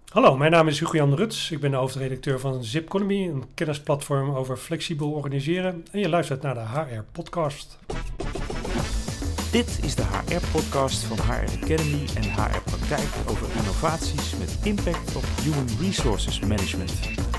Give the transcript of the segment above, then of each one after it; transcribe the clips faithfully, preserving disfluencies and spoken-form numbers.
Hallo, mijn naam is Hugo-Jan Ruts. Ik ben de hoofdredacteur van Zipconomy, een kennisplatform over flexibel organiseren. En je luistert naar de H R-podcast. Dit is de H R-podcast van H R Academy en H R Praktijk over innovaties met impact op Human Resources Management.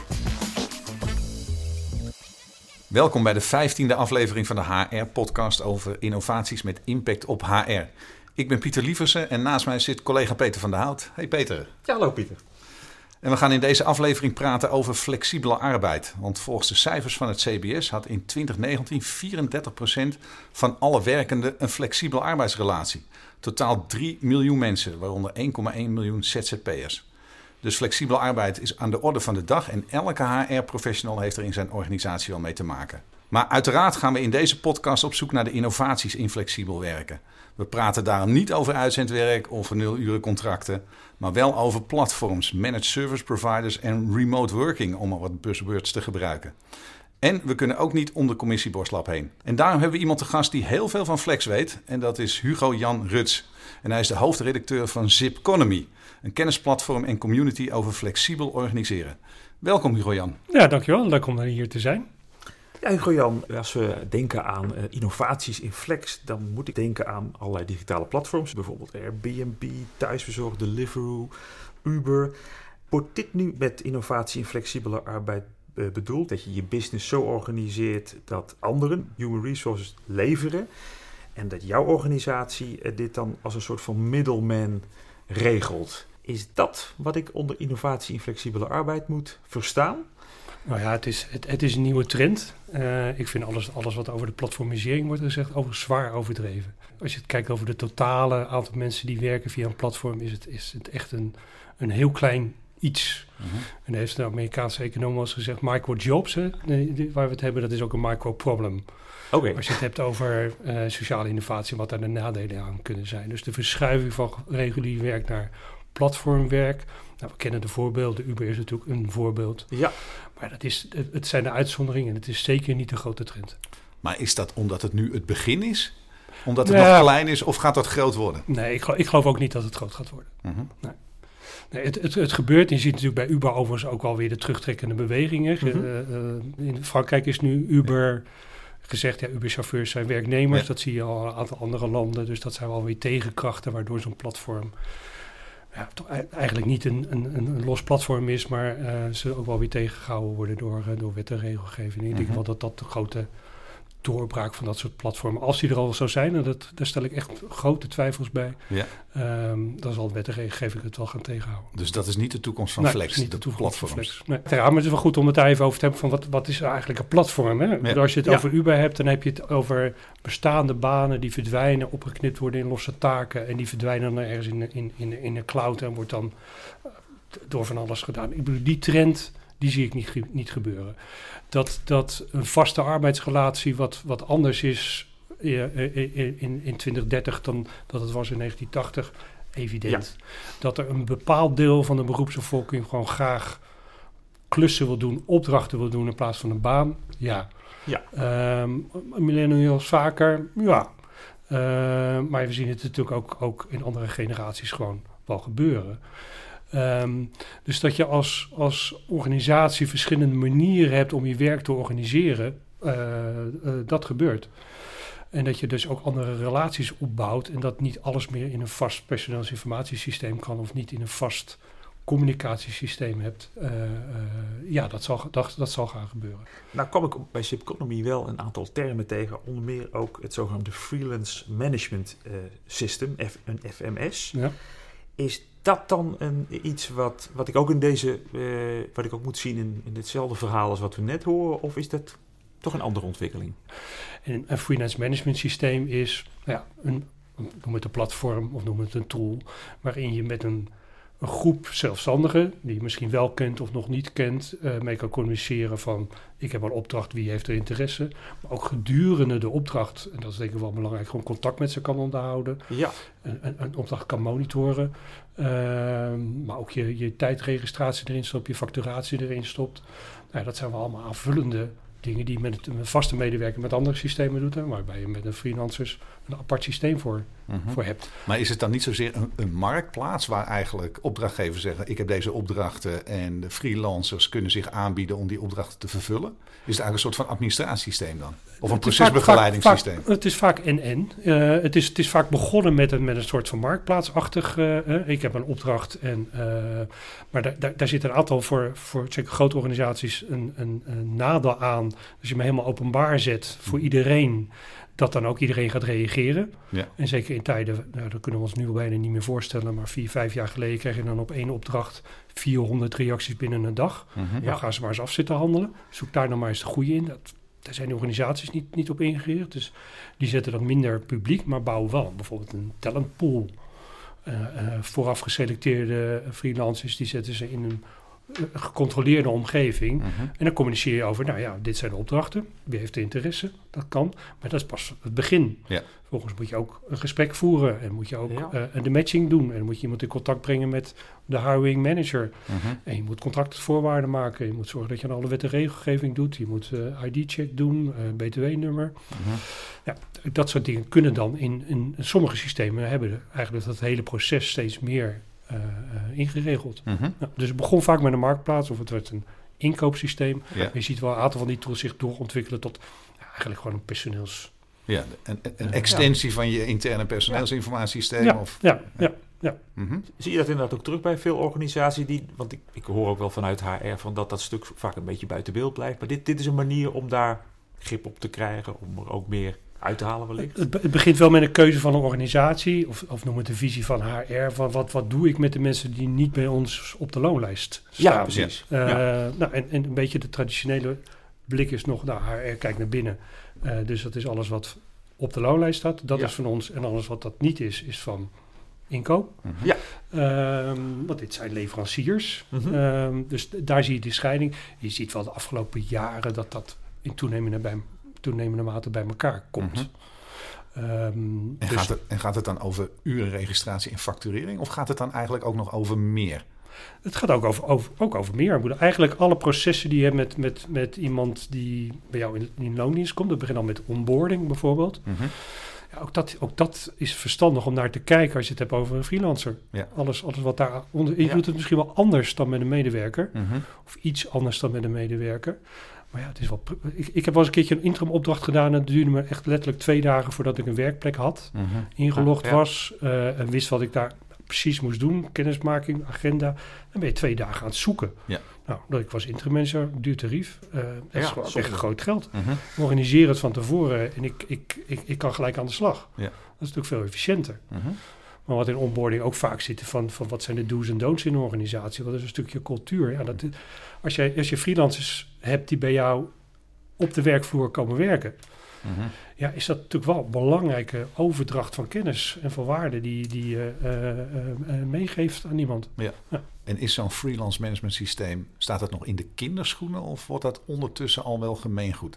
Welkom bij de vijftiende aflevering van de H R-podcast over innovaties met impact op H R. Ik ben Pieter Lieversen en naast mij zit collega Peter van der Hout. Hey Peter. Ja, hallo Pieter. En we gaan in deze aflevering praten over flexibele arbeid. Want volgens de cijfers van het C B S had in twintig negentien vierendertig procent van alle werkenden een flexibele arbeidsrelatie. Totaal drie miljoen mensen, waaronder één komma één miljoen Z Z P'ers. Dus flexibele arbeid is aan de orde van de dag en elke H R-professional heeft er in zijn organisatie wel mee te maken. Maar uiteraard gaan we in deze podcast op zoek naar de innovaties in flexibel werken. We praten daarom niet over uitzendwerk of nulurencontracten, maar wel over platforms, managed service providers en remote working, om al wat buzzwords te gebruiken. En we kunnen ook niet om de commissieborslap heen. En daarom hebben we iemand te gast die heel veel van flex weet, en dat is Hugo-Jan Ruts. En hij is de hoofdredacteur van Zipconomy, een kennisplatform en community over flexibel organiseren. Welkom Hugo-Jan. Ja, dankjewel. Leuk om hier te zijn. Ja, Hugo-Jan, als we denken aan uh, innovaties in flex, dan moet ik denken aan allerlei digitale platforms. Bijvoorbeeld Airbnb, thuisbezorgd, Deliveroo, Uber. Wordt dit nu met innovatie in flexibele arbeid uh, bedoeld? Dat je je business zo organiseert dat anderen human resources leveren en dat jouw organisatie uh, dit dan als een soort van middleman regelt. Is dat wat ik onder innovatie in flexibele arbeid moet verstaan? Nou ja, het is, het, het is een nieuwe trend. Uh, ik vind alles, alles wat over de platformisering wordt gezegd over zwaar overdreven. Als je het kijkt over de totale aantal mensen die werken via een platform, is het, is het echt een, een heel klein iets. Uh-huh. En daar heeft de Amerikaanse econoom al eens gezegd, microjobs, hè, waar we het hebben, dat is ook een microproblem. Okay. Als je het hebt over uh, sociale innovatie, wat daar de nadelen aan kunnen zijn. Dus de verschuiving van regulier werk naar platformwerk. Nou, we kennen de voorbeelden. Uber is natuurlijk een voorbeeld. Ja. Maar dat is, het zijn de uitzonderingen en het is zeker niet de grote trend. Maar is dat omdat het nu het begin is? Omdat het ja. nog klein is of gaat dat groot worden? Nee, ik geloof, ik geloof ook niet dat het groot gaat worden. Uh-huh. Nee. Nee, het, het, het gebeurt. Je ziet natuurlijk bij Uber overigens ook wel weer de terugtrekkende bewegingen. Uh-huh. Uh, uh, in Frankrijk is nu Uber gezegd, ja, Uber-chauffeurs zijn werknemers. Ja. Dat zie je al in een aantal andere landen. Dus dat zijn wel weer tegenkrachten waardoor zo'n platform ja, toch eigenlijk niet een, een, een los platform is, maar uh, ze ook wel weer tegengehouden worden door, uh, door wet en regelgeving. Ik uh-huh. denk wel dat dat de grote doorbraak van dat soort platformen, als die er al zou zijn, en dat, daar stel ik echt grote twijfels bij, ja. um, dan zal wet en regelgeving het wel gaan tegenhouden. Dus dat is niet de toekomst van nee, flex, niet de, de toekomst platforms. Van flex. Nee. Maar het is wel goed om het daar even over te hebben van wat, wat is eigenlijk een platform. Hè? Ja. Als je het ja. over Uber hebt, dan heb je het over bestaande banen die verdwijnen, opgeknipt worden in losse taken en die verdwijnen dan ergens in, in, in, in de cloud en wordt dan door van alles gedaan. Ik bedoel, die trend, die zie ik niet, niet gebeuren. Dat, dat een vaste arbeidsrelatie wat, wat anders is in, in, in twintig dertig dan dat het was in negentien tachtig, evident. Ja. Dat er een bepaald deel van de beroepsbevolking gewoon graag klussen wil doen, opdrachten wil doen in plaats van een baan, ja. ja. Um, millennials vaker, ja. Uh, maar we zien het natuurlijk ook, ook in andere generaties gewoon wel gebeuren. Um, dus dat je als, als organisatie verschillende manieren hebt om je werk te organiseren, uh, uh, dat gebeurt. En dat je dus ook andere relaties opbouwt en dat niet alles meer in een vast personeelsinformatiesysteem kan of niet in een vast communicatiesysteem hebt. Uh, uh, ja, dat zal, dat, dat zal gaan gebeuren. Nou kwam ik bij Zipconomy wel een aantal termen tegen, onder meer ook het zogenaamde Freelance Management uh, System, F, een F M S. Ja. Is dat dan een, iets wat, wat ik ook in deze, uh, wat ik ook moet zien in, in hetzelfde verhaal als wat we net horen, of is dat toch een andere ontwikkeling? En een freelance management systeem is, nou ja, een, noem het een platform of noem het een tool, waarin je met een, een groep zelfstandigen, die je misschien wel kent of nog niet kent, uh, mee kan communiceren van, ik heb een opdracht, wie heeft er interesse? Maar ook gedurende de opdracht, en dat is denk ik wel belangrijk, gewoon contact met ze kan onderhouden. Ja. Een, een, een opdracht kan monitoren. Uh, maar ook je, je tijdregistratie erin stopt, je facturatie erin stopt. Nou, dat zijn wel allemaal aanvullende dingen die je met een vaste medewerker met andere systemen doet. Hè, waarbij je met een freelancers een apart systeem voor uh-huh. voor hebt. Maar is het dan niet zozeer een, een marktplaats waar eigenlijk opdrachtgevers zeggen, ik heb deze opdrachten en de freelancers kunnen zich aanbieden om die opdrachten te vervullen? Is het eigenlijk een soort van administratiesysteem dan? Of een procesbegeleidingssysteem? Vaak, vaak, het is vaak en-en. Uh, het, is, het is vaak begonnen met een, met een soort van marktplaatsachtig. Uh, uh, ik heb een opdracht. En, uh, maar da, da, daar zit een aantal voor, voor zeker grote organisaties een, een, een nadeel aan. Als je me helemaal openbaar zet voor iedereen, dat dan ook iedereen gaat reageren. Ja. En zeker in tijden, nou, dat kunnen we ons nu bijna niet meer voorstellen, maar vier, vijf jaar geleden kreeg je dan op één opdracht vierhonderd reacties binnen een dag. Mm-hmm. Dan ja. gaan ze maar eens af zitten handelen. Zoek daar dan maar eens de goede in. Dat, daar zijn de organisaties niet, niet op ingericht. Dus die zetten dat minder publiek, maar bouwen wel bijvoorbeeld een talentpool. Uh, uh, vooraf geselecteerde freelancers, die zetten ze in een gecontroleerde omgeving. Mm-hmm. En dan communiceer je over, nou ja, dit zijn de opdrachten. Wie heeft de interesse? Dat kan. Maar dat is pas het begin. Ja. Vervolgens moet je ook een gesprek voeren. En moet je ook Ja. uh, de matching doen. En dan moet je iemand in contact brengen met de hiring manager. Mm-hmm. En je moet contractvoorwaarden maken. Je moet zorgen dat je aan alle wet en regelgeving doet. Je moet uh, I D-check doen, uh, B T W-nummer. Mm-hmm. Ja, dat soort dingen kunnen dan in, in, in sommige systemen hebben eigenlijk dat hele proces steeds meer Uh, uh, ingeregeld. Mm-hmm. Nou, dus het begon vaak met een marktplaats of het werd een inkoopsysteem. Ja. Je ziet wel een aantal van die tools zich doorontwikkelen tot ja, eigenlijk gewoon een personeels... Ja, een, een extensie ja. van je interne personeelsinformatiesysteem. Ja, of, ja, ja. ja. Mm-hmm. Zie je dat inderdaad ook terug bij veel organisaties? Die, want ik, ik hoor ook wel vanuit H R van dat dat stuk vaak een beetje buiten beeld blijft. Maar dit, dit is een manier om daar grip op te krijgen, om er ook meer uit te halen wellicht. Het, het begint wel met een keuze van een organisatie, of, of noem het de visie van H R, van wat, wat doe ik met de mensen die niet bij ons op de loonlijst staan. Ja, precies. Uh, ja. Nou, en, en een beetje de traditionele blik is nog, nou, H R kijkt naar binnen. Uh, dus dat is alles wat op de loonlijst staat. Dat ja. is van ons. En alles wat dat niet is, is van inkoop. Mm-hmm. Ja. Um, want dit zijn leveranciers. Mm-hmm. Um, dus d- daar zie je die scheiding. Je ziet wel de afgelopen jaren dat dat in toenemende, bij, toenemende mate bij elkaar komt. Mm-hmm. Um, en, dus gaat het, en gaat het dan over urenregistratie en facturering? Of gaat het dan eigenlijk ook nog over meer? Het gaat ook over, over, ook over meer. Eigenlijk alle processen die je hebt met, met, met iemand die bij jou in, in loondienst komt. Dat begint al met onboarding bijvoorbeeld. Mm-hmm. Ja, ook, dat, ook dat is verstandig om naar te kijken als je het hebt over een freelancer. Ja. Alles, alles wat daaronder... Je ja. doet het misschien wel anders dan met een medewerker. Mm-hmm. Of iets anders dan met een medewerker. Maar ja, het is wel... Ik, ik heb wel eens een keertje een interim opdracht gedaan. En het duurde me echt letterlijk twee dagen voordat ik een werkplek had. Mm-hmm. Ingelogd ja, ja. was. Uh, en wist wat ik daar precies moest doen. Kennismaking, agenda. Dan ben je twee dagen aan het zoeken. Ja. Nou, dat ik was interim manager, duur tarief. Uh, dat Ja, is gewoon zonde. echt groot geld. Mm-hmm. Organiseer het van tevoren en ik, ik, ik, ik kan gelijk aan de slag. Ja. Dat is natuurlijk veel efficiënter. Mm-hmm. Maar wat in onboarding ook vaak zit van, van wat zijn de do's en don'ts in een organisatie. Wat is een stukje cultuur. Ja, dat, als, jij, als je freelancers hebt die bij jou op de werkvloer komen werken. Mm-hmm. Ja, is dat natuurlijk wel een belangrijke overdracht van kennis en van waarde die, die je uh, uh, uh, meegeeft aan iemand. Ja. Ja. En is zo'n freelance management systeem, staat dat nog in de kinderschoenen of wordt dat ondertussen al wel gemeengoed?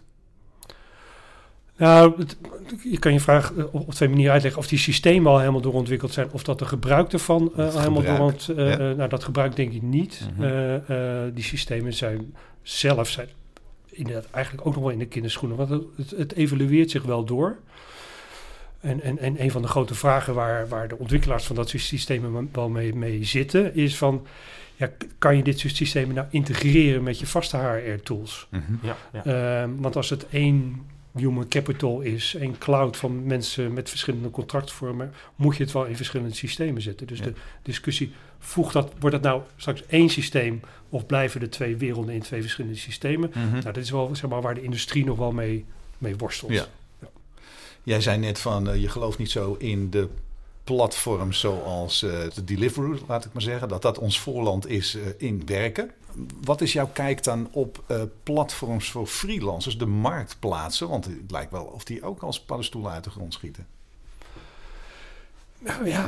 Nou, het, je kan je vraag uh, op twee manieren uitleggen. Of die systemen al helemaal doorontwikkeld zijn. Of dat de gebruik ervan uh, al helemaal doorontwikkeld uh, ja. uh, Nou, dat gebruik denk ik niet. Mm-hmm. Uh, uh, die systemen zijn zelf zijn inderdaad eigenlijk ook nog wel in de kinderschoenen. Want het, het, het evolueert zich wel door. En, en, en een van de grote vragen waar, waar de ontwikkelaars van dat soort systemen wel mee, mee zitten, is van, ja, kan je dit soort systemen nou integreren met je vaste H R-tools? Mm-hmm. Ja, ja. Uh, want als het één human capital is, één cloud van mensen met verschillende contractvormen, moet je het wel in verschillende systemen zetten. Dus ja. de discussie, voegt dat, wordt dat nou straks één systeem of blijven er twee werelden in twee verschillende systemen? Mm-hmm. Nou, dat is wel, zeg maar, waar de industrie nog wel mee, mee worstelt. Ja. Ja. Jij zei net van, uh, je gelooft niet zo in de platforms zoals uh, de Deliveroo, laat ik maar zeggen, dat dat ons voorland is uh, in werken. Wat is jouw kijk dan op uh, platforms voor freelancers, de marktplaatsen? Want het lijkt wel of die ook als paddenstoelen uit de grond schieten. Nou ja,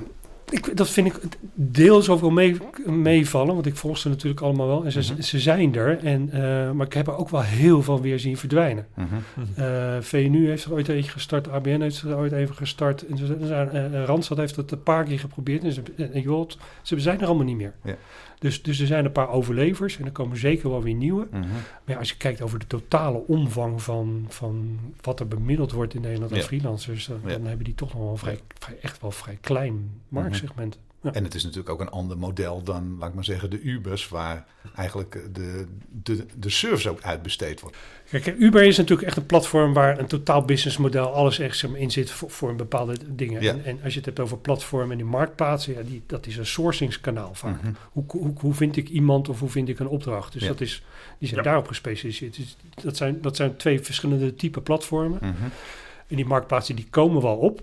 Ik, dat vind ik deels ook wel mee, meevallen, want ik volg ze natuurlijk allemaal wel. En ze, mm-hmm. ze zijn er, en, uh, maar ik heb er ook wel heel veel weer zien verdwijnen. Mm-hmm. Uh, V N U heeft er ooit eentje gestart, A B N heeft er ooit even gestart. En ze, uh, Randstad heeft het een paar keer geprobeerd. En ze, uh, Jolt, ze zijn er allemaal niet meer. Ja. Dus, dus er zijn een paar overlevers en er komen zeker wel weer nieuwe. Mm-hmm. Maar ja, als je kijkt over de totale omvang van, van wat er bemiddeld wordt in Nederland als ja. freelancers, dan, ja. dan hebben die toch nog wel vrij, vrij, echt wel vrij klein marktsegment. Mm-hmm. Ja. En het is natuurlijk ook een ander model dan, laat ik maar zeggen, de Ubers, waar eigenlijk de, de, de service ook uitbesteed wordt. Kijk, Uber is natuurlijk echt een platform waar een totaal businessmodel, alles echt in zit voor, voor een bepaalde dingen. Ja. En, en als je het hebt over platformen en die marktplaatsen, ja, die, dat is een sourcingskanaal vaak. Mm-hmm. Hoe, hoe, hoe vind ik iemand of hoe vind ik een opdracht? Dus ja. dat is, die zijn ja. daarop gespecialiseerd. Dus dat, zijn, dat zijn twee verschillende type platformen. Mm-hmm. En die marktplaatsen die komen wel op.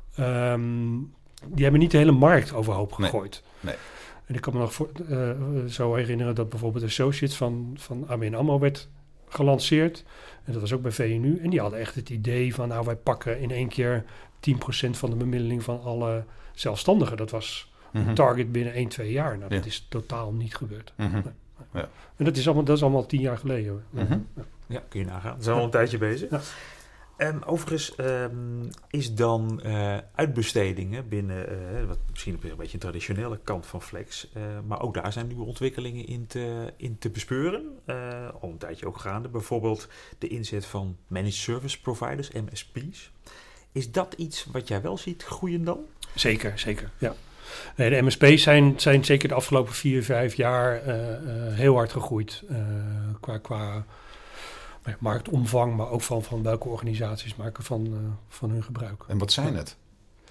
Um, Die hebben niet de hele markt overhoop gegooid. Nee, nee. En ik kan me nog voor, uh, zo herinneren dat bijvoorbeeld Associates van, van A B N AMRO werd gelanceerd. En dat was ook bij V N U. En die hadden echt het idee van, nou, wij pakken in één keer tien procent van de bemiddeling van alle zelfstandigen. Dat was mm-hmm. een target binnen één, twee jaar. Nou, ja. dat is totaal niet gebeurd. Mm-hmm. Nee, nee. Ja. En dat is, allemaal, dat is allemaal tien jaar geleden. Mm-hmm. Ja. ja, kun je nagaan. We zijn al een tijdje bezig. Ja. Um, overigens um, is dan uh, uitbestedingen binnen, uh, wat misschien een beetje een traditionele kant van Flex, uh, maar ook daar zijn nieuwe ontwikkelingen in te, in te bespeuren. Uh, al een tijdje ook gaande. Bijvoorbeeld de inzet van managed service providers, M S P's. Is dat iets wat jij wel ziet groeien dan? Zeker, zeker, ja. Nee, de M S P's zijn, zijn zeker de afgelopen vier, vijf jaar uh, uh, heel hard gegroeid uh, qua... qua marktomvang, maar ook van, van welke organisaties maken van, uh, van hun gebruik. En wat zijn het?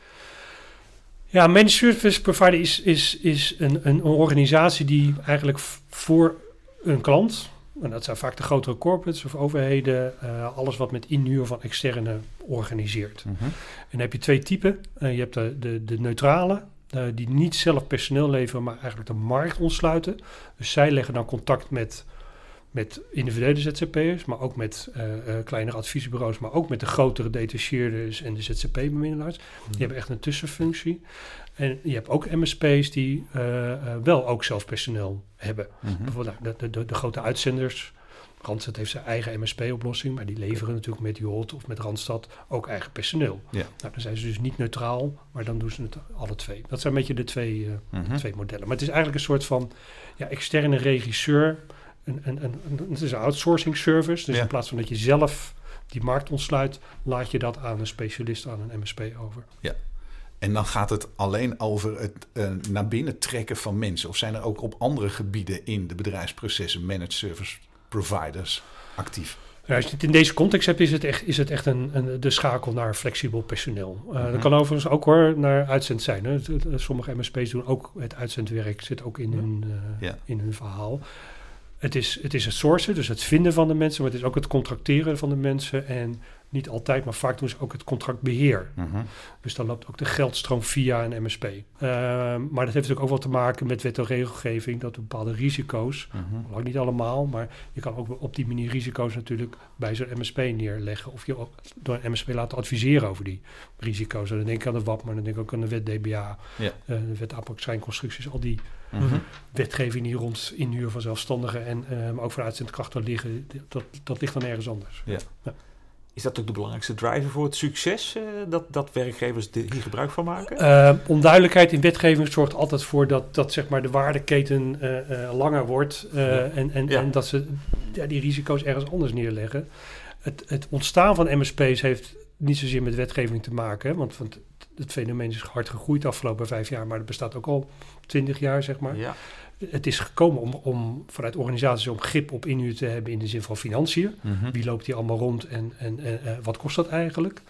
Ja, managed service provider is, is, is een, een organisatie die eigenlijk v- voor een klant, en dat zijn vaak de grotere corporates of overheden, uh, alles wat met inhuur van externe organiseert. Mm-hmm. En dan heb je twee typen. Uh, je hebt de, de, de neutrale, uh, die niet zelf personeel leveren, maar eigenlijk de markt ontsluiten. Dus zij leggen dan contact met met individuele Z Z P'ers, maar ook met uh, uh, kleinere adviesbureaus, maar ook met de grotere detacheerders en de Z Z P-bemiddelaars. Hmm. Die hebben echt een tussenfunctie. En je hebt ook M S P's die uh, uh, wel ook zelf personeel hebben. Mm-hmm. Bijvoorbeeld de, de, de, de grote uitzenders. Randstad heeft zijn eigen M S P-oplossing, maar die leveren natuurlijk met Jolt of met Randstad ook eigen personeel. Ja. Nou, dan zijn ze dus niet neutraal, maar dan doen ze het alle twee. Dat zijn een beetje de twee, uh, mm-hmm. twee modellen. Maar het is eigenlijk een soort van ja, externe regisseur. Een, een, een, een, het is een outsourcing service. Dus ja. in plaats van dat je zelf die markt ontsluit, laat je dat aan een specialist, aan een M S P over. Ja. En dan gaat het alleen over het uh, naar binnen trekken van mensen. Of zijn er ook op andere gebieden in de bedrijfsprocessen managed service providers actief? Ja, als je het in deze context hebt, is het echt, is het echt een, een, de schakel naar flexibel personeel. Uh, mm-hmm. Dat kan overigens ook hoor naar uitzend zijn. Hè. Sommige M S P's doen ook het uitzendwerk, zit ook in, ja. hun, uh, ja. in hun verhaal. Het is, het is het sourcen, dus het vinden van de mensen, maar het is ook het contracteren van de mensen. En niet altijd, maar vaak doen ze ook het contractbeheer. Uh-huh. Dus dan loopt ook de geldstroom via een M S P. Uh, maar dat heeft natuurlijk ook wat te maken met wet en regelgeving, dat bepaalde risico's, uh-huh. lang niet allemaal, maar je kan ook op die manier risico's natuurlijk bij zo'n M S P neerleggen. Of je door een M S P laten adviseren over die risico's. En dan denk ik aan de W A P, maar dan denk ik ook aan de wet D B A, ja. uh, de wet aanpak-schijnconstructies, al die uh-huh. wetgeving die rond inhuur van zelfstandigen en uh, maar ook voor uitzendkrachten liggen, dat, dat ligt dan ergens anders. Ja. Ja. Is dat ook de belangrijkste driver voor het succes, uh, dat, dat werkgevers hier gebruik van maken? Uh, onduidelijkheid in wetgeving zorgt altijd voor dat, dat zeg maar de waardeketen uh, uh, langer wordt uh, ja. en, en, ja. en dat ze ja, die risico's ergens anders neerleggen. Het, het ontstaan van M S P's heeft niet zozeer met wetgeving te maken, want, want het fenomeen is hard gegroeid de afgelopen vijf jaar, maar het bestaat ook al twintig jaar, zeg maar. Ja. Het is gekomen om, om vanuit organisaties om grip op inhuur te hebben in de zin van financiën. Mm-hmm. Wie loopt die allemaal rond en, en, en uh, wat kost dat eigenlijk?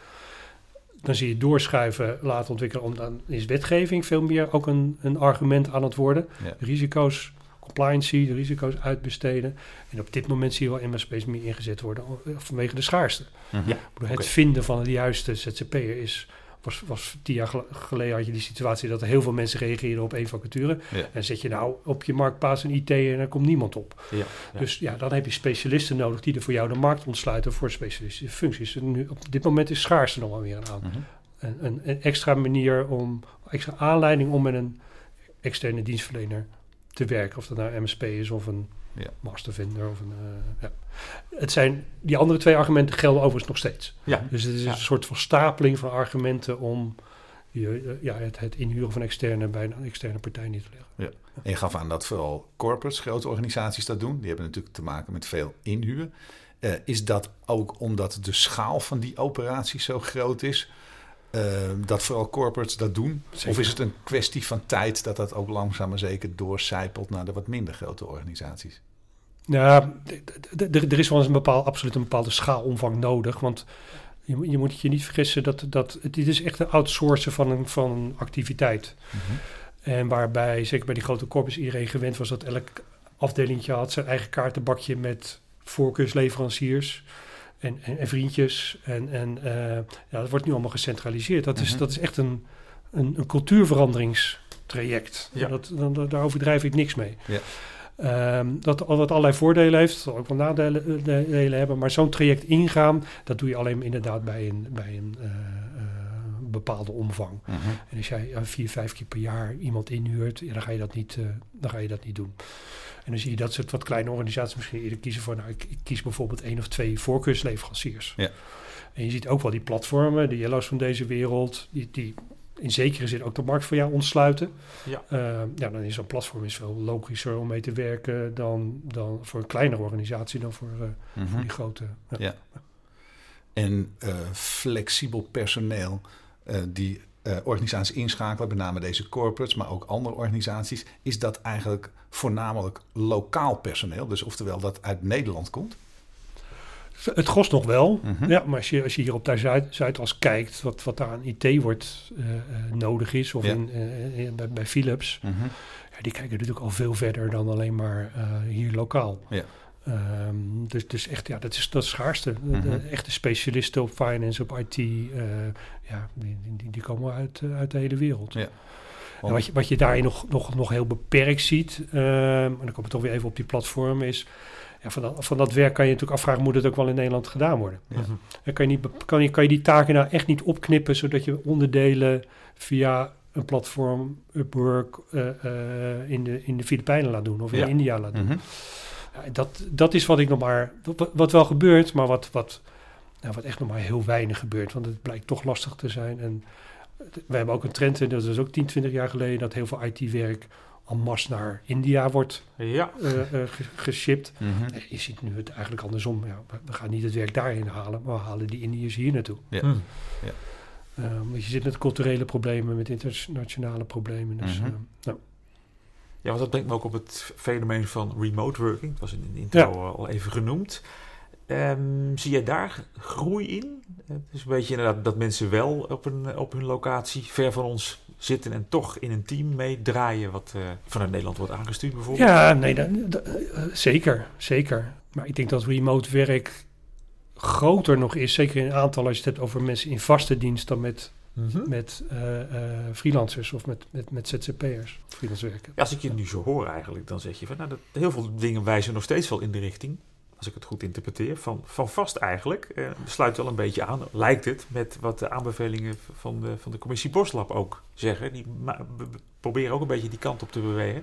Dan zie je doorschuiven, laten ontwikkelen. Om, dan is wetgeving veel meer ook een, een argument aan het worden. Ja. Risico's, compliancy, de risico's uitbesteden. En op dit moment zie je wel M S P's meer ingezet worden vanwege de schaarste. Mm-hmm. Ja, het okay. vinden van de juiste Z Z P'er is... Was, was tien jaar geleden had je die situatie dat er heel veel mensen reageerden op één vacature. Ja. En zet je nou op je marktplaats een I T en er komt niemand op. Ja, ja. Dus ja, dan heb je specialisten nodig die er voor jou de markt ontsluiten voor specialistische functies. En nu, op dit moment is schaarste nog wel weer een aan. Mm-hmm. Een, een, een extra manier om extra aanleiding om met een externe dienstverlener te werken. Of dat nou een M S P is of een ja. mastervendor. Of een, uh, ja. Het zijn, die andere twee argumenten gelden overigens nog steeds. Ja. Dus het is ja. een soort van stapeling van argumenten om je, ja, het, het inhuren van externe bij een externe partij niet te leggen. Ja. En je gaf aan dat vooral corporates, grote organisaties dat doen. Die hebben natuurlijk te maken met veel inhuur. Uh, is dat ook omdat de schaal van die operatie zo groot is, uh, dat vooral corporates dat doen? Zeker. Of is het een kwestie van tijd dat dat ook langzaam maar zeker doorcijpelt naar de wat minder grote organisaties? Ja, er is wel eens een bepaal, absoluut een bepaalde schaalomvang nodig. Want je, je moet je niet vergissen dat, dat dit is echt een outsourcen van een, van een activiteit. Mm-hmm. En waarbij, zeker bij die grote corporates, iedereen gewend was dat elk afdelingje had zijn eigen kaartenbakje met voorkeursleveranciers en, en, en vriendjes. En, en uh, ja, dat wordt nu allemaal gecentraliseerd. Dat is, mm-hmm. dat is echt een, een, een cultuurveranderingstraject. Ja. Dat, dan, daar overdrijf ik niks mee. Ja. Um, dat wat allerlei voordelen heeft, zal ook wel nadelen delen hebben. Maar zo'n traject ingaan, dat doe je alleen inderdaad bij een, bij een uh, uh, bepaalde omvang. Mm-hmm. En als jij uh, vier, vijf keer per jaar iemand inhuurt, ja, dan ga je dat niet, uh, dan ga je dat niet doen. En dan zie je dat soort wat kleine organisaties misschien eerder kiezen voor, nou, ik, ik kies bijvoorbeeld één of twee voorkeursleveranciers. Ja. En je ziet ook wel die platformen, de Yellows van deze wereld, die, die in zekere zin ook de markt voor jou ontsluiten. Ja. Uh, ja, dan is zo'n platform is veel logischer om mee te werken dan, dan voor een kleinere organisatie dan voor, uh, mm-hmm. voor die grote. Ja. Ja. En uh, flexibel personeel uh, die uh, organisaties inschakelen, met name deze corporates, maar ook andere organisaties, is dat eigenlijk voornamelijk lokaal personeel? Dus oftewel dat uit Nederland komt? Het gros nog wel, mm-hmm. ja, maar als je, als je hier op de Zuid, Zuidas kijkt, wat, wat daar aan I T wordt uh, uh, nodig is, of ja. in, uh, in, bij, bij Philips, mm-hmm. ja, die kijken natuurlijk al veel verder dan alleen maar uh, hier lokaal. Ja. Um, dus, dus echt, ja, dat is dat is schaarste. Mm-hmm. De, de echte specialisten op finance, op I T, uh, ja, die, die, die komen uit, uh, uit de hele wereld. Ja. En wat je, wat je daarin nog, nog, nog heel beperkt ziet, uh, en dan kom ik toch weer even op die platform, is ja, van, dat, van dat werk kan je natuurlijk afvragen, moet het ook wel in Nederland gedaan worden? Ja. En kan je, niet, kan, je, kan je die taken nou echt niet opknippen, zodat je onderdelen via een platform, Upwork, uh, uh, in, de, in de Filipijnen laat doen of in ja. India laat doen? Mm-hmm. Ja, dat, dat is wat ik nog maar, wat, wat wel gebeurt, maar wat, wat, nou, wat echt nog maar heel weinig gebeurt, want het blijkt toch lastig te zijn. En we hebben ook een trend, en dat is ook tien, twintig jaar geleden, dat heel veel I T-werk en masse naar India wordt ja. uh, uh, geshipped. Mm-hmm. Je ziet nu het eigenlijk andersom. Ja, we gaan niet het werk daarheen halen, maar we halen die Indiërs hier naartoe. Ja. Mm. Ja. Uh, want je zit met culturele problemen, met internationale problemen. Dus, mm-hmm. uh, nou. Ja, want dat brengt me ook op het fenomeen van remote working. Het was in de intro ja. al even genoemd. Um, zie jij daar groei in? Het is een beetje inderdaad dat mensen wel op, een, op hun locatie ver van ons zitten en toch in een team meedraaien wat uh, vanuit Nederland wordt aangestuurd bijvoorbeeld? Ja, nee, dat, dat, uh, zeker, zeker. Maar ik denk dat remote werk groter nog is, zeker in aantal als je het hebt over mensen in vaste dienst dan met, mm-hmm. met uh, uh, freelancers of met, met, met Z Z P'ers. Freelance werken. Ja, als ik je nu zo hoor eigenlijk, dan zeg je van nou, dat, heel veel dingen wijzen nog steeds wel in de richting, als ik het goed interpreteer, van, van vast eigenlijk. Uh, sluit wel een beetje aan, lijkt het, met wat de aanbevelingen van de, van de commissie Boslab ook zeggen. Die ma- b- proberen ook een beetje die kant op te bewegen.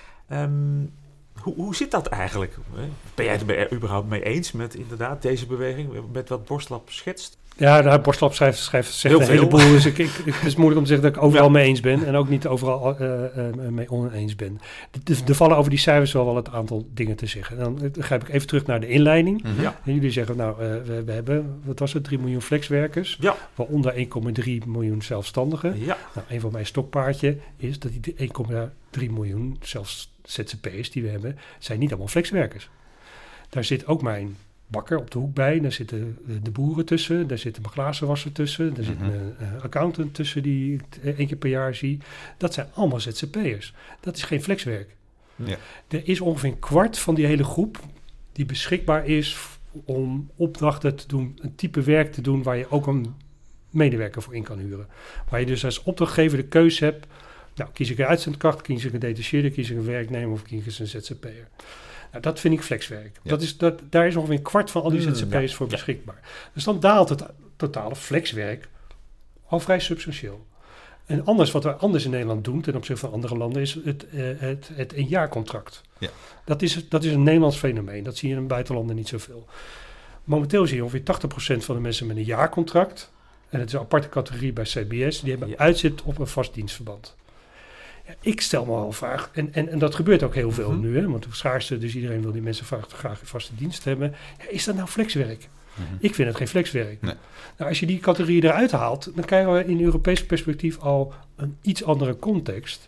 Um, hoe, hoe zit dat eigenlijk? Ben jij het er überhaupt mee eens met inderdaad deze beweging, met wat Boslab schetst? Ja, nou, Boslab schrijft, schrijft zegt heel een veel. heleboel. Dus ik, ik, ik, het is moeilijk om te zeggen dat ik overal ja. mee eens ben en ook niet overal uh, uh, mee oneens ben. Er vallen over die cijfers wel wel het aantal dingen te zeggen. Dan grijp ik even terug naar de inleiding. Mm-hmm. Ja. En jullie zeggen, nou, uh, we, we hebben, wat was het, drie miljoen flexwerkers, ja. waaronder één komma drie miljoen zelfstandigen. Ja. Nou, een van mijn stokpaardje is dat die één komma drie miljoen zelfs Z Z P'ers die we hebben, zijn niet allemaal flexwerkers. Daar zit ook mijn bakker op de hoek bij, daar zitten de boeren tussen, daar zit een glazenwasser tussen, daar mm-hmm. zit een uh, accountant tussen die ik één keer per jaar zie. Dat zijn allemaal Z Z P'ers. Dat is geen flexwerk. Ja. Er is ongeveer een kwart van die hele groep die beschikbaar is om opdrachten te doen, een type werk te doen waar je ook een medewerker voor in kan huren. Waar je dus als opdrachtgever de keuze hebt, nou, kies ik een uitzendkracht, kies ik een detacheerde, kies ik een werknemer of kies ik een Z Z P'er. Nou, dat vind ik flexwerk. Ja. Dat is, dat, daar is ongeveer een kwart van al die Z Z P'ers ja. voor beschikbaar. Dus dan daalt het totale flexwerk al vrij substantieel. En anders, wat we anders in Nederland doen ten opzichte van andere landen, is het, uh, het, het eenjaarcontract. Ja. Dat is, dat is een Nederlands fenomeen. Dat zie je in buitenlanden niet zoveel. Momenteel zie je ongeveer tachtig procent van de mensen met een jaarcontract. En het is een aparte categorie bij C B S. Die hebben Ja. uitzit op een vast dienstverband. Ja, ik stel me al een vraag. En, en, en dat gebeurt ook heel veel Mm-hmm. nu. Hè, want de schaarste, dus iedereen wil die mensen graag, graag een vaste dienst hebben. Ja, is dat nou flexwerk? Mm-hmm. Ik vind het geen flexwerk. Nee. Nou, als je die categorieën eruit haalt, dan krijgen we in Europees perspectief al een iets andere context.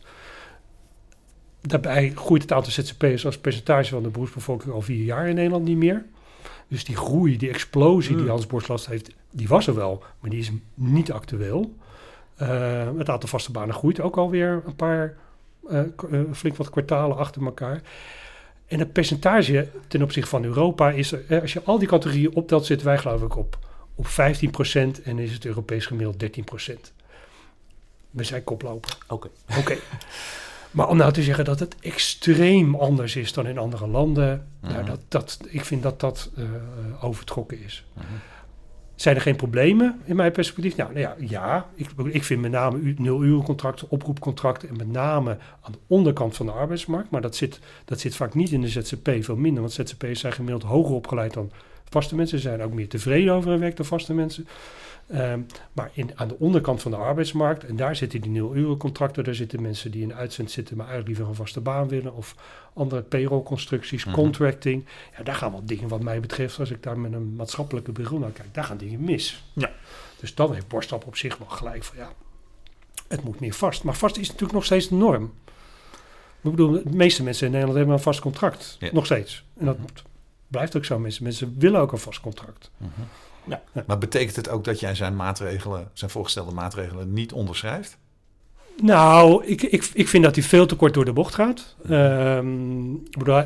Daarbij groeit het aantal Z Z P'ers als percentage van de beroepsbevolking al vier jaar in Nederland niet meer. Dus die groei, die explosie die Hans Borslast heeft, die was er wel, maar die is niet actueel. Uh, het aantal vaste banen groeit ook alweer een paar, uh, uh, flink wat kwartalen achter elkaar. En het percentage ten opzichte van Europa is, er, als je al die categorieën optelt, zitten wij geloof ik op, op vijftien procent en is het Europees gemiddeld dertien procent. We zijn koploper. Oké. Okay. Okay. Maar om nou te zeggen dat het extreem anders is dan in andere landen, uh-huh. nou, dat, dat, ik vind dat dat uh, overtrokken is. Uh-huh. Zijn er geen problemen in mijn perspectief? Nou, nou ja, ja ik, ik vind met name nul-urencontracten, oproepcontracten en met name aan de onderkant van de arbeidsmarkt. Maar dat zit, dat zit vaak niet in de Z Z P, veel minder. Want Z Z P'ers zijn gemiddeld hoger opgeleid dan vaste mensen. Ze zijn ook meer tevreden over hun werk dan vaste mensen. Um, maar in, aan de onderkant van de arbeidsmarkt, en daar zitten die nul-urencontracten, daar zitten mensen die in de uitzend zitten, maar eigenlijk liever een vaste baan willen, of andere payroll-constructies, mm-hmm. contracting. Ja, daar gaan wel dingen, wat mij betreft, als ik daar met een maatschappelijke bril naar kijk, daar gaan dingen mis. Ja. Dus dan heeft Borstap op zich wel gelijk van, ja, het moet meer vast. Maar vast is natuurlijk nog steeds de norm. Ik bedoel, de meeste mensen in Nederland hebben een vast contract, ja. nog steeds. En dat mm-hmm. blijft ook zo. Mensen, mensen willen ook een vast contract. Mm-hmm. Ja. Maar betekent het ook dat jij zijn maatregelen, zijn voorgestelde maatregelen niet onderschrijft? Nou, ik, ik, ik vind dat hij veel te kort door de bocht gaat. Um, ik bedoel,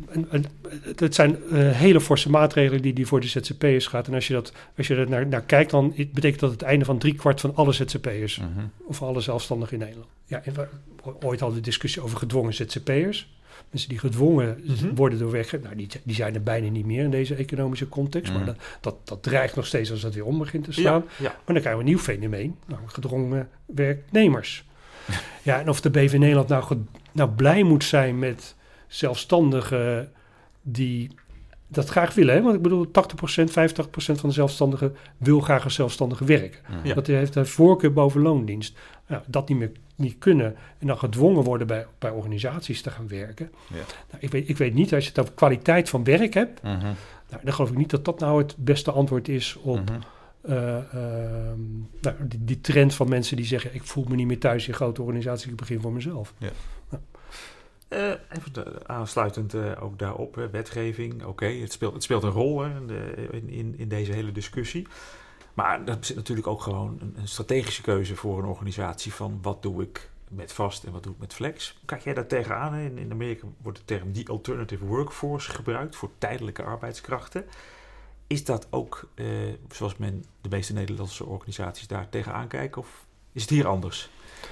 het zijn uh, hele forse maatregelen die hij voor de Z Z P'ers gaat. En als je, dat, als je er naar, naar kijkt, dan betekent dat het einde van driekwart van alle Z Z P'ers. Uh-huh. Of alle zelfstandigen in Nederland. Ja, en we, ooit hadden we discussie over gedwongen Z Z P'ers. Mensen die gedwongen mm-hmm. worden door werkgevers, nou, die, die zijn er bijna niet meer in deze economische context. Mm. Maar dat, dat, dat dreigt nog steeds als dat weer om begint te slaan. Ja, ja. Maar dan krijgen we een nieuw fenomeen, nou, gedwongen werknemers. Ja, en of de B V Nederland nou, ge, nou blij moet zijn met zelfstandigen die dat graag willen. Hè? Want ik bedoel, tachtig procent, vijfentachtig procent van de zelfstandigen wil graag als zelfstandige werken. Ja. Dat heeft een voorkeur boven loondienst. Nou, dat niet meer niet kunnen en dan gedwongen worden bij, bij organisaties te gaan werken. Ja. Nou, ik, weet, ik weet niet, als je het over kwaliteit van werk hebt, uh-huh. nou, dan geloof ik niet dat dat nou het beste antwoord is op uh-huh. uh, uh, nou, die, die trend van mensen die zeggen, ik voel me niet meer thuis in grote organisaties, ik begin voor mezelf. Ja. Nou. Uh, even de, aansluitend uh, ook daarop, uh, wetgeving, oké, okay, het, speelt, het speelt een rol hè, in, in, in deze hele discussie. Maar dat zit natuurlijk ook gewoon een, een strategische keuze voor een organisatie van wat doe ik met vast en wat doe ik met flex. Kijk jij daar tegenaan? Hè? In, in Amerika wordt de term die alternative workforce gebruikt voor tijdelijke arbeidskrachten. Is dat ook, uh, zoals men de meeste Nederlandse organisaties daar tegenaan kijken, of is het hier anders?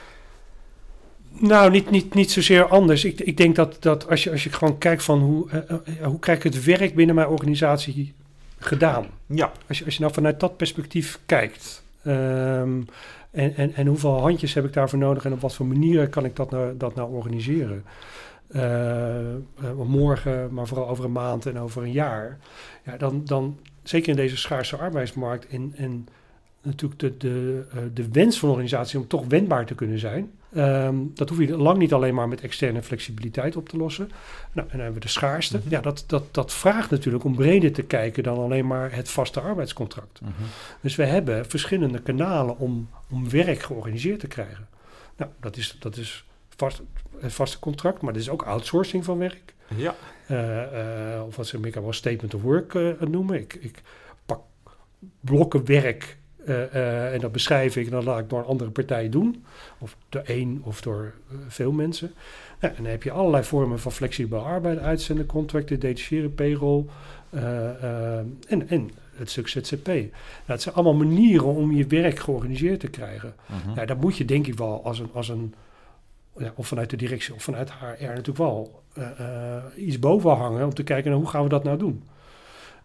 Nou, niet, niet, niet zozeer anders. Ik, ik denk dat, dat als, je, als je gewoon kijkt van hoe, uh, uh, hoe krijg ik het werk binnen mijn organisatie gedaan. Ja. Als je, als je nou vanuit dat perspectief kijkt. Um, en, en, en hoeveel handjes heb ik daarvoor nodig en op wat voor manieren kan ik dat nou, dat nou organiseren. Uh, uh, morgen, maar vooral over een maand en over een jaar. Ja, dan, dan zeker in deze schaarse arbeidsmarkt en, en natuurlijk de, de, uh, de wens van de organisatie om toch wendbaar te kunnen zijn. Um, dat hoef je lang niet alleen maar met externe flexibiliteit op te lossen. Nou, en dan hebben we de schaarste. Mm-hmm. Ja, dat, dat, dat vraagt natuurlijk om breder te kijken dan alleen maar het vaste arbeidscontract. Mm-hmm. Dus we hebben verschillende kanalen om, om werk georganiseerd te krijgen. Nou, dat is, dat is vast, het vaste contract, maar dat is ook outsourcing van werk. Ja. Uh, uh, of wat ze meer wel statement of work uh, noemen. Ik, ik pak blokken werk. Uh, uh, en dat beschrijf ik en dan laat ik door een andere partij doen. Of door één of door uh, veel mensen. Ja, en dan heb je allerlei vormen van flexibele arbeid, uitzenden, contracten, detacheren, payroll uh, uh, en, en het stuk Z Z P. Nou, het zijn allemaal manieren om je werk georganiseerd te krijgen. Uh-huh. Ja, daar moet je denk ik wel als een, als een ja, of vanuit de directie of vanuit H R natuurlijk wel uh, uh, iets boven hangen om te kijken naar hoe gaan we dat nou doen.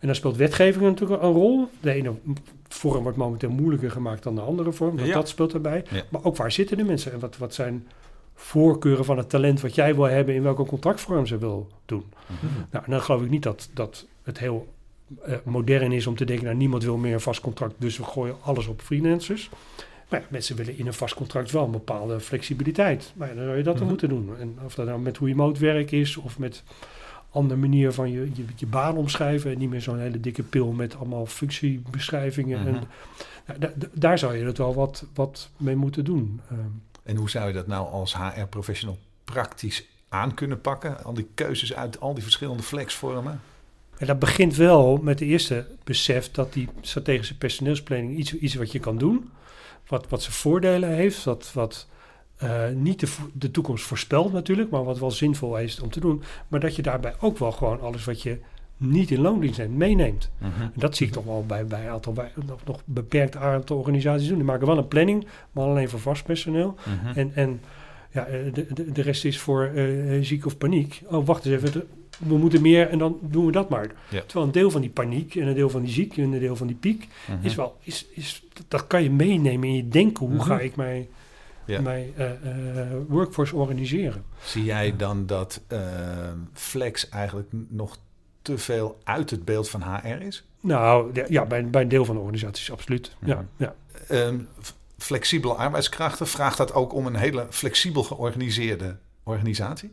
En dan speelt wetgeving natuurlijk een rol. De ene vorm wordt momenteel moeilijker gemaakt dan de andere vorm. Want Ja. dat speelt erbij. Ja. Maar ook waar zitten de mensen? En wat, wat zijn voorkeuren van het talent wat jij wil hebben... in welke contractvorm ze wil doen? Mm-hmm. Nou, en dan geloof ik niet dat, dat het heel uh, modern is om te denken... nou, niemand wil meer een vast contract, dus we gooien alles op freelancers. Maar ja, mensen willen in een vast contract wel een bepaalde flexibiliteit. Maar ja, dan zou je dat dan Mm-hmm. moeten doen. En of dat nou met hoe remote werk is of met andere manier van je, je, je baan omschrijven... en niet meer zo'n hele dikke pil met allemaal functiebeschrijvingen. Mm-hmm. En, nou, da, da, daar zou je het wel wat, wat mee moeten doen. Um, En hoe zou je dat nou als H R-professional praktisch aan kunnen pakken? Al die keuzes uit al die verschillende flexvormen? En dat begint wel met de eerste besef dat die strategische personeelsplanning iets is wat je kan doen. Wat, wat zijn voordelen heeft, wat, wat uh, niet de, de toekomst voorspelt natuurlijk, maar wat wel zinvol is om te doen. Maar dat je daarbij ook wel gewoon alles wat je niet in loondienst hebt meeneemt. Mm-hmm. En dat zie ik toch wel bij, bij een aantal, bij, nog, nog beperkt aantal organisaties doen. Die maken wel een planning, maar alleen voor vast personeel. Mm-hmm. En, en ja, de, de, de rest is voor uh, ziek of paniek. Oh, wacht eens even, we moeten meer en dan doen we dat maar. Ja. Terwijl een deel van die paniek en een deel van die ziek en een deel van die piek... Mm-hmm. is wel, is, is, dat kan je meenemen in je denken. Hoe Mm-hmm. ga ik mijn, Ja. mijn uh, uh, workforce organiseren? Zie jij dan dat uh, flex eigenlijk nog te veel uit het beeld van H R is? Nou, ja, ja bij, bij een deel van de organisaties absoluut. Mm-hmm. Ja, ja. Um, flexibele arbeidskrachten, vraagt dat ook om een hele flexibel georganiseerde organisatie?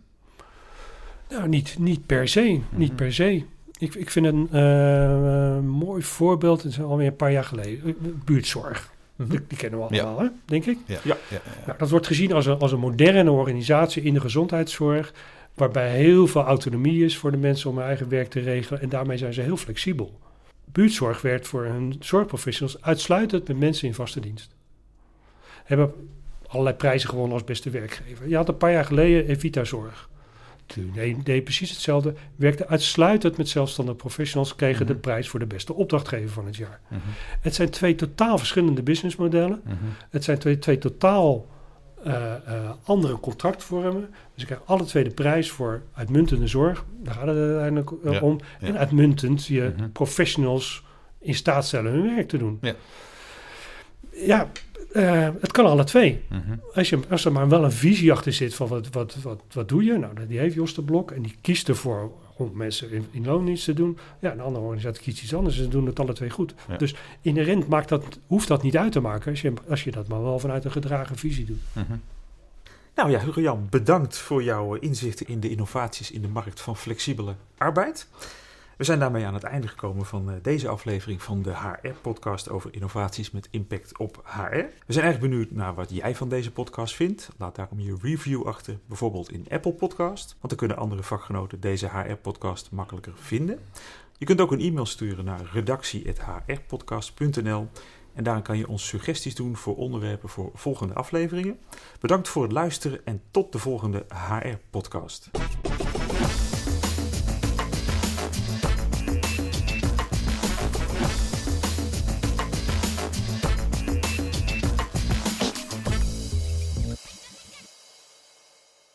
Nou, niet, niet per se. Mm-hmm. Niet per se. Ik, ik vind een uh, mooi voorbeeld, het is alweer een paar jaar geleden, buurtzorg. Mm-hmm. Die, die kennen we allemaal, ja. hè, denk ik. Ja. Ja. Ja, ja. Nou, dat wordt gezien als een, als een moderne organisatie in de gezondheidszorg, waarbij heel veel autonomie is voor de mensen om hun eigen werk te regelen. En daarmee zijn ze heel flexibel. Buurtzorg werkt voor hun zorgprofessionals uitsluitend met mensen in vaste dienst. Hebben allerlei prijzen gewonnen als beste werkgever. Je had een paar jaar geleden Evita Zorg. Toen deed, deed precies hetzelfde. Werkte uitsluitend met zelfstandige professionals. Kregen Mm-hmm. de prijs voor de beste opdrachtgever van het jaar. Mm-hmm. Het zijn twee totaal verschillende businessmodellen. Mm-hmm. Het zijn twee, twee totaal uh, uh, andere contractvormen. Dus ik krijg alle twee de prijs voor uitmuntende zorg. Daar gaat het uiteindelijk uh, Ja, om. ja. En uitmuntend je Mm-hmm. professionals in staat stellen hun werk te doen. Ja. Ja, uh, het kan alle twee. Mm-hmm. Als, je, als er maar wel een visie achter zit van wat, wat, wat, wat doe je? Nou, die heeft Jos de Blok en die kiest ervoor om mensen in, in loondienst te doen. Ja, een andere organisatie kiest iets anders en ze doen het alle twee goed. Ja. Dus inherent maakt dat, hoeft dat niet uit te maken als je, als je dat maar wel vanuit een gedragen visie doet. Mm-hmm. Nou ja, Hugo Jan, bedankt voor jouw inzichten in de innovaties in de markt van flexibele arbeid. We zijn daarmee aan het einde gekomen van uh, deze aflevering van de H R-podcast over innovaties met impact op H R. We zijn erg benieuwd naar wat jij van deze podcast vindt. Laat daarom je review achter, bijvoorbeeld in Apple Podcast. Want dan kunnen andere vakgenoten deze H R-podcast makkelijker vinden. Je kunt ook een e-mail sturen naar redactie apenstaartje h r podcast punt n l. En daarin kan je ons suggesties doen voor onderwerpen voor volgende afleveringen. Bedankt voor het luisteren en tot de volgende H R-podcast.